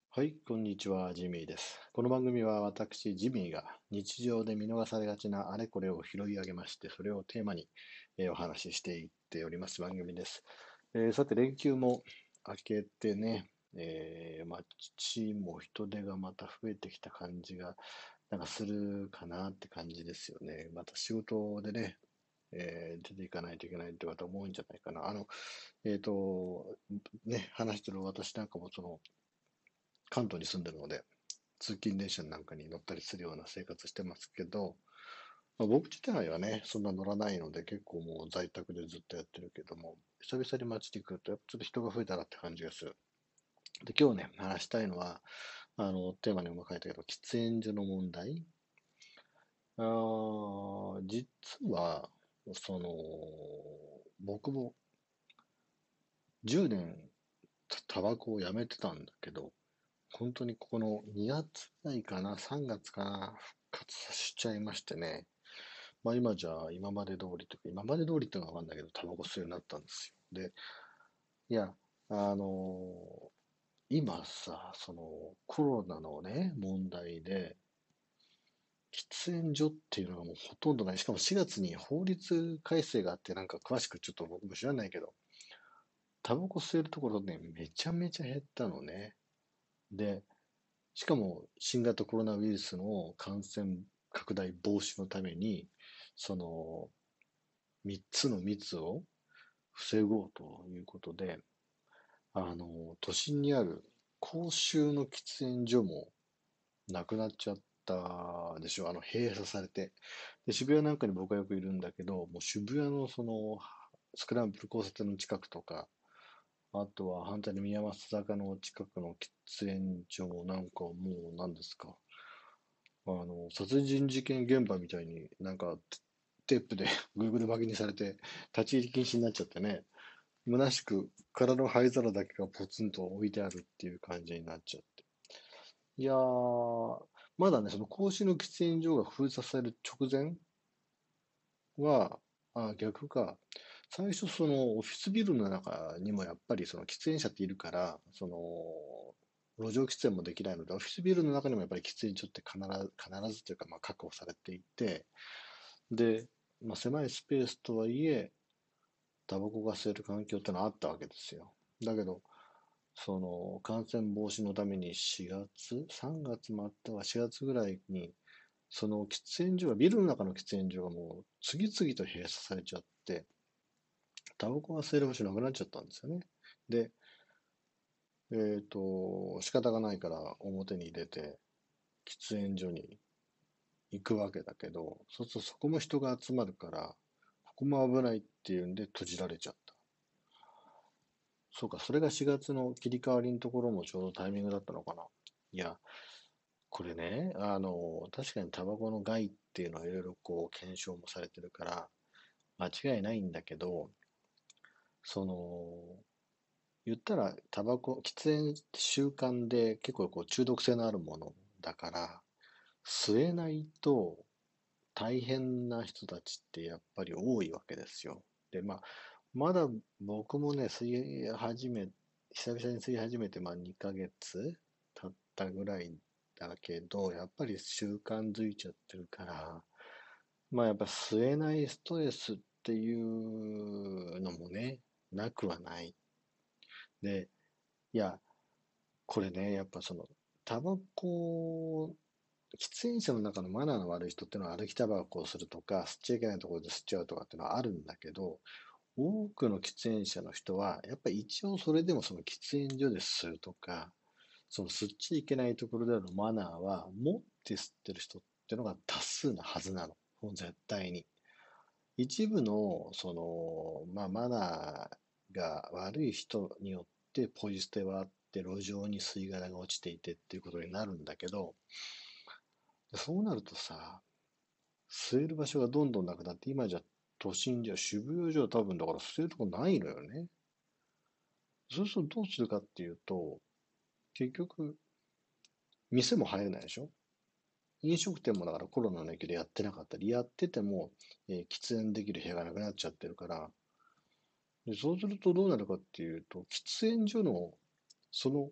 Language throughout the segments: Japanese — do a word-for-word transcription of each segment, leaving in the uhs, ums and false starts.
はい、こんにちは、ジミーです。この番組は私、ジミーが日常で見逃されがちなあれこれを拾い上げまして、それをテーマに、えーお話ししていっております番組です。えーさて、連休も明けてね、えー、街も人手がまた増えてきた感じがなんかするかなって感じですよね。また仕事でね、えー出ていかないといけないって方も多いんじゃないかな。あの、えっと、ね、話してる私なんかもその関東に住んでるので、通勤電車なんかに乗ったりするような生活してますけど、まあ、僕自体はね、そんな乗らないので結構もう在宅でずっとやってるけども、久々に街に来るとやっぱちょっと人が増えたなって感じがする。で、今日ね、話したいのは、あの、テーマにも書いたけど、喫煙所の問題。あー実は、その、僕もじゅうねんタバコをやめてたんだけど、本当にここのにがつぐらいかな、さんがつかな、復活させちゃいましてね。まあ今じゃあ今まで通りというか、今まで通りっていうのはわかんないけど、タバコ吸うようになったんですよ。で、いや、あの今さ、そのコロナのね、問題で、喫煙所っていうのがもうほとんどない。しかもしがつに法律改正があって、なんか詳しくちょっと僕も知らないけど、タバコ吸えるところね、めちゃめちゃ減ったのね。で、しかも新型コロナウイルスの感染拡大防止のために、そのみっつの密を防ごうということで、あの、都心にある公衆の喫煙所もなくなっちゃったでしょ、あの、閉鎖されて。で、渋谷なんかに僕はよくいるんだけど、もう渋谷のその、スクランブル交差点の近くとか、あとは反対に宮益坂の近くの喫煙所もなんかもう何ですか、あの、殺人事件現場みたいになんかテープでぐるぐる巻きにされて立ち入り禁止になっちゃってね、虚しく空の灰皿だけがポツンと置いてあるっていう感じになっちゃって。いやー、まだね、その公衆の喫煙所が封鎖される直前は、あ、逆か。最初そのオフィスビルの中にもやっぱりその喫煙者っているから、その路上喫煙もできないので、オフィスビルの中にもやっぱり喫煙所って必ず、必ずというかまあ確保されていて、で、まあ、狭いスペースとはいえ、タバコが吸える環境ってのはあったわけですよ。だけど、その感染防止のためにしがつ、さんがつもあったかしがつぐらいに、その喫煙所が、ビルの中の喫煙所がもう次々と閉鎖されちゃって、タバコが吸える場所なくなっちゃったんですよね。で、えっと、仕方がないから表に出て、喫煙所に行くわけだけど、そうするとそこも人が集まるから、ここも危ないっていうんで閉じられちゃった。そうか、それがしがつの切り替わりのところもちょうどタイミングだったのかな。いや、これね、あの、確かにタバコの害っていうのはいろいろこう検証もされてるから、間違いないんだけど、その、言ったらタバコ、喫煙って習慣で結構こう中毒性のあるものだから、吸えないと大変な人たちってやっぱり多いわけですよ。で、まあ、まだ僕もね、吸い始め、久々に吸い始めて、まあにかげつ経ったぐらいだけど、やっぱり習慣づいちゃってるから、まあやっぱ吸えないストレスっていうのもね、なくはない。で、いや、これね、やっぱその、タバコ、喫煙者の中のマナーの悪い人っていうのは歩きタバコをするとか、吸っちゃいけないところで吸っちゃうとかっていうのはあるんだけど、多くの喫煙者の人は、やっぱり一応それでもその喫煙所で吸うとか、その吸っちゃいけないところでのマナーは持って吸ってる人っていうのが多数なはずなの。もう絶対に。一部の、その、まあ、マナーが悪い人によってポイ捨てはあって、路上に吸い殻が落ちていてっていうことになるんだけど、そうなるとさ、吸える場所がどんどんなくなって、今じゃ都心じゃ渋谷じゃ多分だから吸えるとこないのよね。そうするとどうするかっていうと、結局、店も入れないでしょ。飲食店もだからコロナの影響でやってなかったり、やってても、えー喫煙できる部屋がなくなっちゃってるから、で、そうするとどうなるかっていうと、喫煙所のその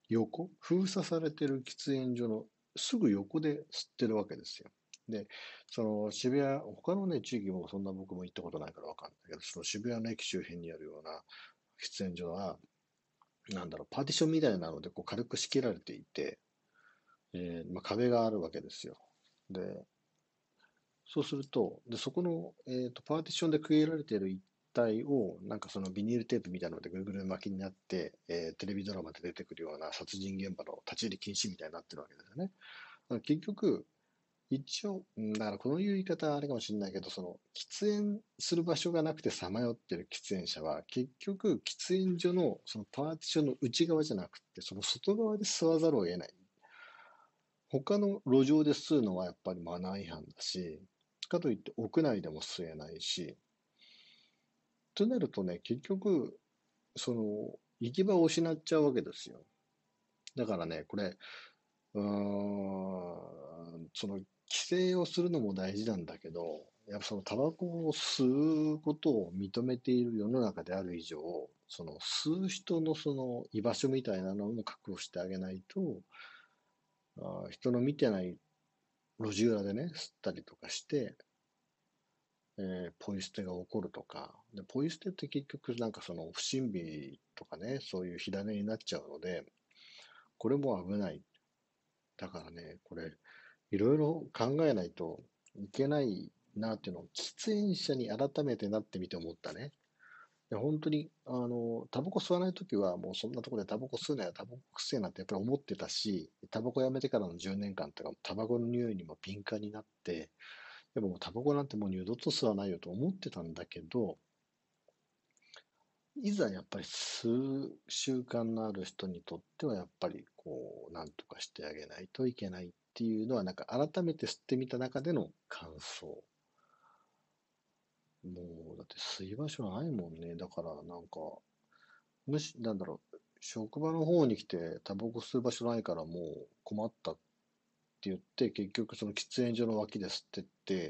横、封鎖されてる喫煙所のすぐ横で吸ってるわけですよ。で、その渋谷、他のね、地域もそんな僕も行ったことないからわかんないけど、その渋谷の駅周辺にあるような喫煙所は、なんだろう、パーティションみたいなのでこう軽く仕切られていて、えーまあ、壁があるわけですよ。で、そうすると、で、そこの、えーと、パーティションで区切られている一帯を、なんかそのビニールテープみたいなのでぐるぐる巻きになって、えーテレビドラマで出てくるような殺人現場の立ち入り禁止みたいになってるわけですよね。だから結局、一応、うんだからこの言い方はあれかもしれないけど、その喫煙する場所がなくてさまよってる喫煙者は、結局、喫煙所のそのパーティションの内側じゃなくて、その外側で吸わざるを得ない。他の路上で吸うのはやっぱりマナー違反だし、かといって屋内でも吸えないし、となるとね、結局、その、行き場を失っちゃうわけですよ。だからね、これ、うーん、その、規制をするのも大事なんだけど、やっぱそのタバコを吸うことを認めている世の中である以上、その吸う人のその居場所みたいなのも確保してあげないと、あー人の見てない路地裏でね、吸ったりとかして、えーポイ捨てが起こるとか、で、ポイ捨てって結局なんかその不審火とかね、そういう火種になっちゃうので、これも危ない。だからね、これ、いろいろ考えないといけないなっていうのを、喫煙者に改めてなってみて思ったね。で本当に、あの、タバコ吸わないときは、もうそんなところでタバコ吸うなよ、タバコくせえなってやっぱり思ってたし、タバコやめてからのじゅうねんかんとか、タバコの匂いにも敏感になって、でももうタバコなんてもう二度と吸わないよと思ってたんだけど、いざやっぱり吸う習慣のある人にとってはやっぱりこう、なんとかしてあげないといけないっていうのはなんか改めて吸ってみた中での感想。もうだって吸い場所ないもんね。だからなんか、むし、なんだろう、職場の方に来てタバコ吸う場所ないからもう困ったって言って、結局その喫煙所の脇で吸ってって、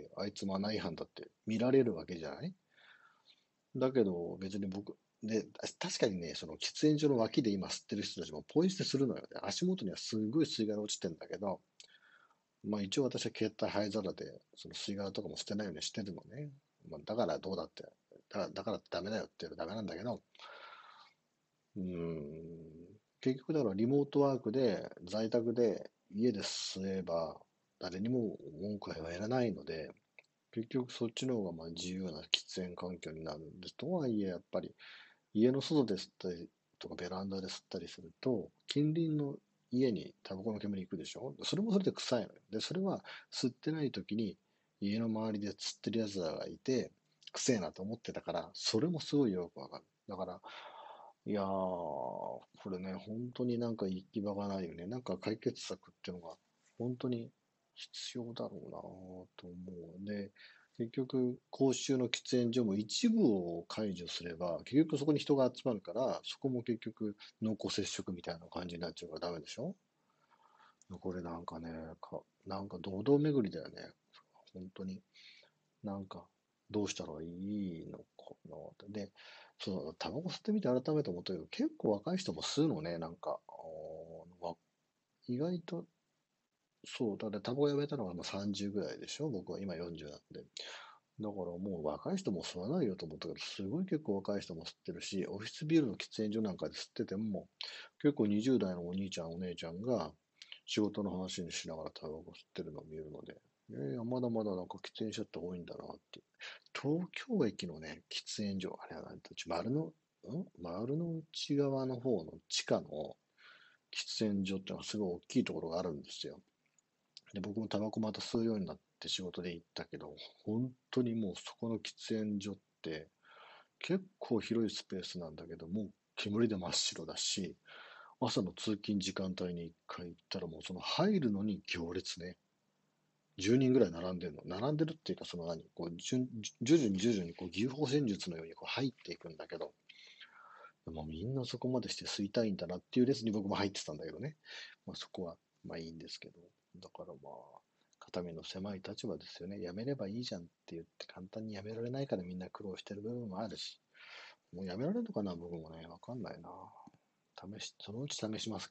あいつマナー違反だって見られるわけじゃない。だけど、別に僕、で、確かにね、その喫煙所の脇で今吸ってる人たちもポイ捨てするのよね。足元にはすごい吸い殻落ちてんだけど、まあ一応私は携帯灰皿で、その吸い殻とかも捨てないようにしてるのね。まあ、だからどうだって、だからだからってダメだよって言うとダメなんだけど、うーん、結局だからリモートワークで、在宅で家で吸えば、誰にも文句は言わないので、結局そっちの方がまあ自由な喫煙環境になるんです。とはいえ、やっぱり家の外で吸ったりとかベランダで吸ったりすると、近隣の家にタバコの煙行くでしょ。それもそれで臭いのよ。で、それは吸ってない時に家の周りで吸ってる奴らがいて、臭いなと思ってたから、それもすごいよくわかる。だから、いやー、これね、本当になんか行き場がないよね。なんか解決策っていうのが本当に必要だろうなと思う。で、結局、公衆の喫煙所も一部を解除すれば、結局そこに人が集まるから、そこも結局濃厚接触みたいな感じになっちゃうからダメでしょ。これなんかね、か、なんか堂々巡りだよね。本当に。なんか、どうしたらいいのかなって。で、その、タバコ吸ってみて改めて思ったけど、結構若い人も吸うのね、なんか、あーわ意外と、そう、だってタバコやめたのがまあさんじゅうぐらいでしょ。僕は今よんじゅうなんで。だからもう若い人も吸わないよと思ったけど、すごい結構若い人も吸ってるし、オフィスビルの喫煙所なんかで吸ってても、結構にじゅう代のお兄ちゃん、お姉ちゃんが仕事の話にしながらタバコ吸ってるのを見るので、えー、まだまだなんか喫煙者って多いんだなって。東京駅のね、喫煙所、あれはなんて、丸の、ん丸の内側の方の地下の喫煙所ってのはすごい大きいところがあるんですよ。で、僕もタバコまた吸うようになって仕事で行ったけど、本当にもうそこの喫煙所って結構広いスペースなんだけど、もう煙で真っ白だし、朝の通勤時間帯に一回行ったらもうその入るのに行列ね。じゅうにんぐらい並んでるの。並んでるっていうか、その何、こう、徐々に徐々にこう、牛歩戦術のようにこう入っていくんだけど、もうみんなそこまでして吸いたいんだなっていう列に僕も入ってたんだけどね。まあそこは、まあいいんですけど。だからまあ、肩身の狭い立場ですよね。やめればいいじゃんって言って簡単にやめられないからみんな苦労してる部分もあるし。もうやめられるのかな僕もね、わかんないな。試し、そのうち試しますけど。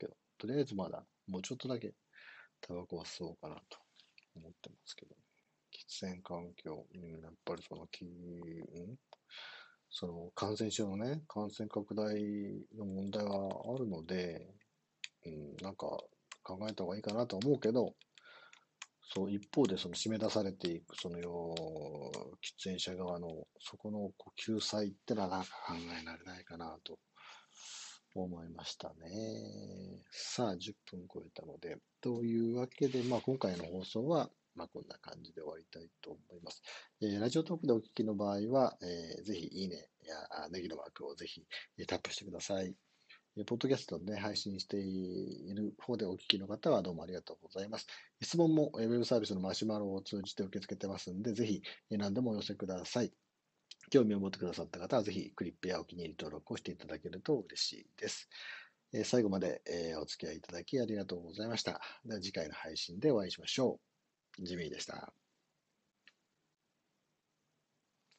とりあえずまだ、もうちょっとだけタバコは吸おうかなと思ってますけど。喫煙環境、うん、やっぱりその、き、んその感染症のね、感染拡大の問題はあるので、うん、なんか考えた方がいいかなと思うけど、そう、一方でその締め出されていく、そのよ、喫煙者側の、そこのこう救済ってのはなんか考えられないかなと思いましたね。さあ、じゅっぷん超えたので、というわけで、まあ今回の放送は、まあこんな感じで終わりたいと思います。えーラジオトークでお聞きの場合は、えーぜひいいねやあネギのマークをぜひえータップしてください。えーポッドキャストで、ね、配信している方でお聞きの方はどうもありがとうございます。質問もえーウェブサービスのマシュマロを通じて受け付けてますんで、ぜひえー何でもお寄せください。興味を持ってくださった方は、ぜひクリップやお気に入り登録をしていただけると嬉しいです。えー最後まで、えーお付き合いいただきありがとうございました。では次回の配信でお会いしましょう。ジミーでした。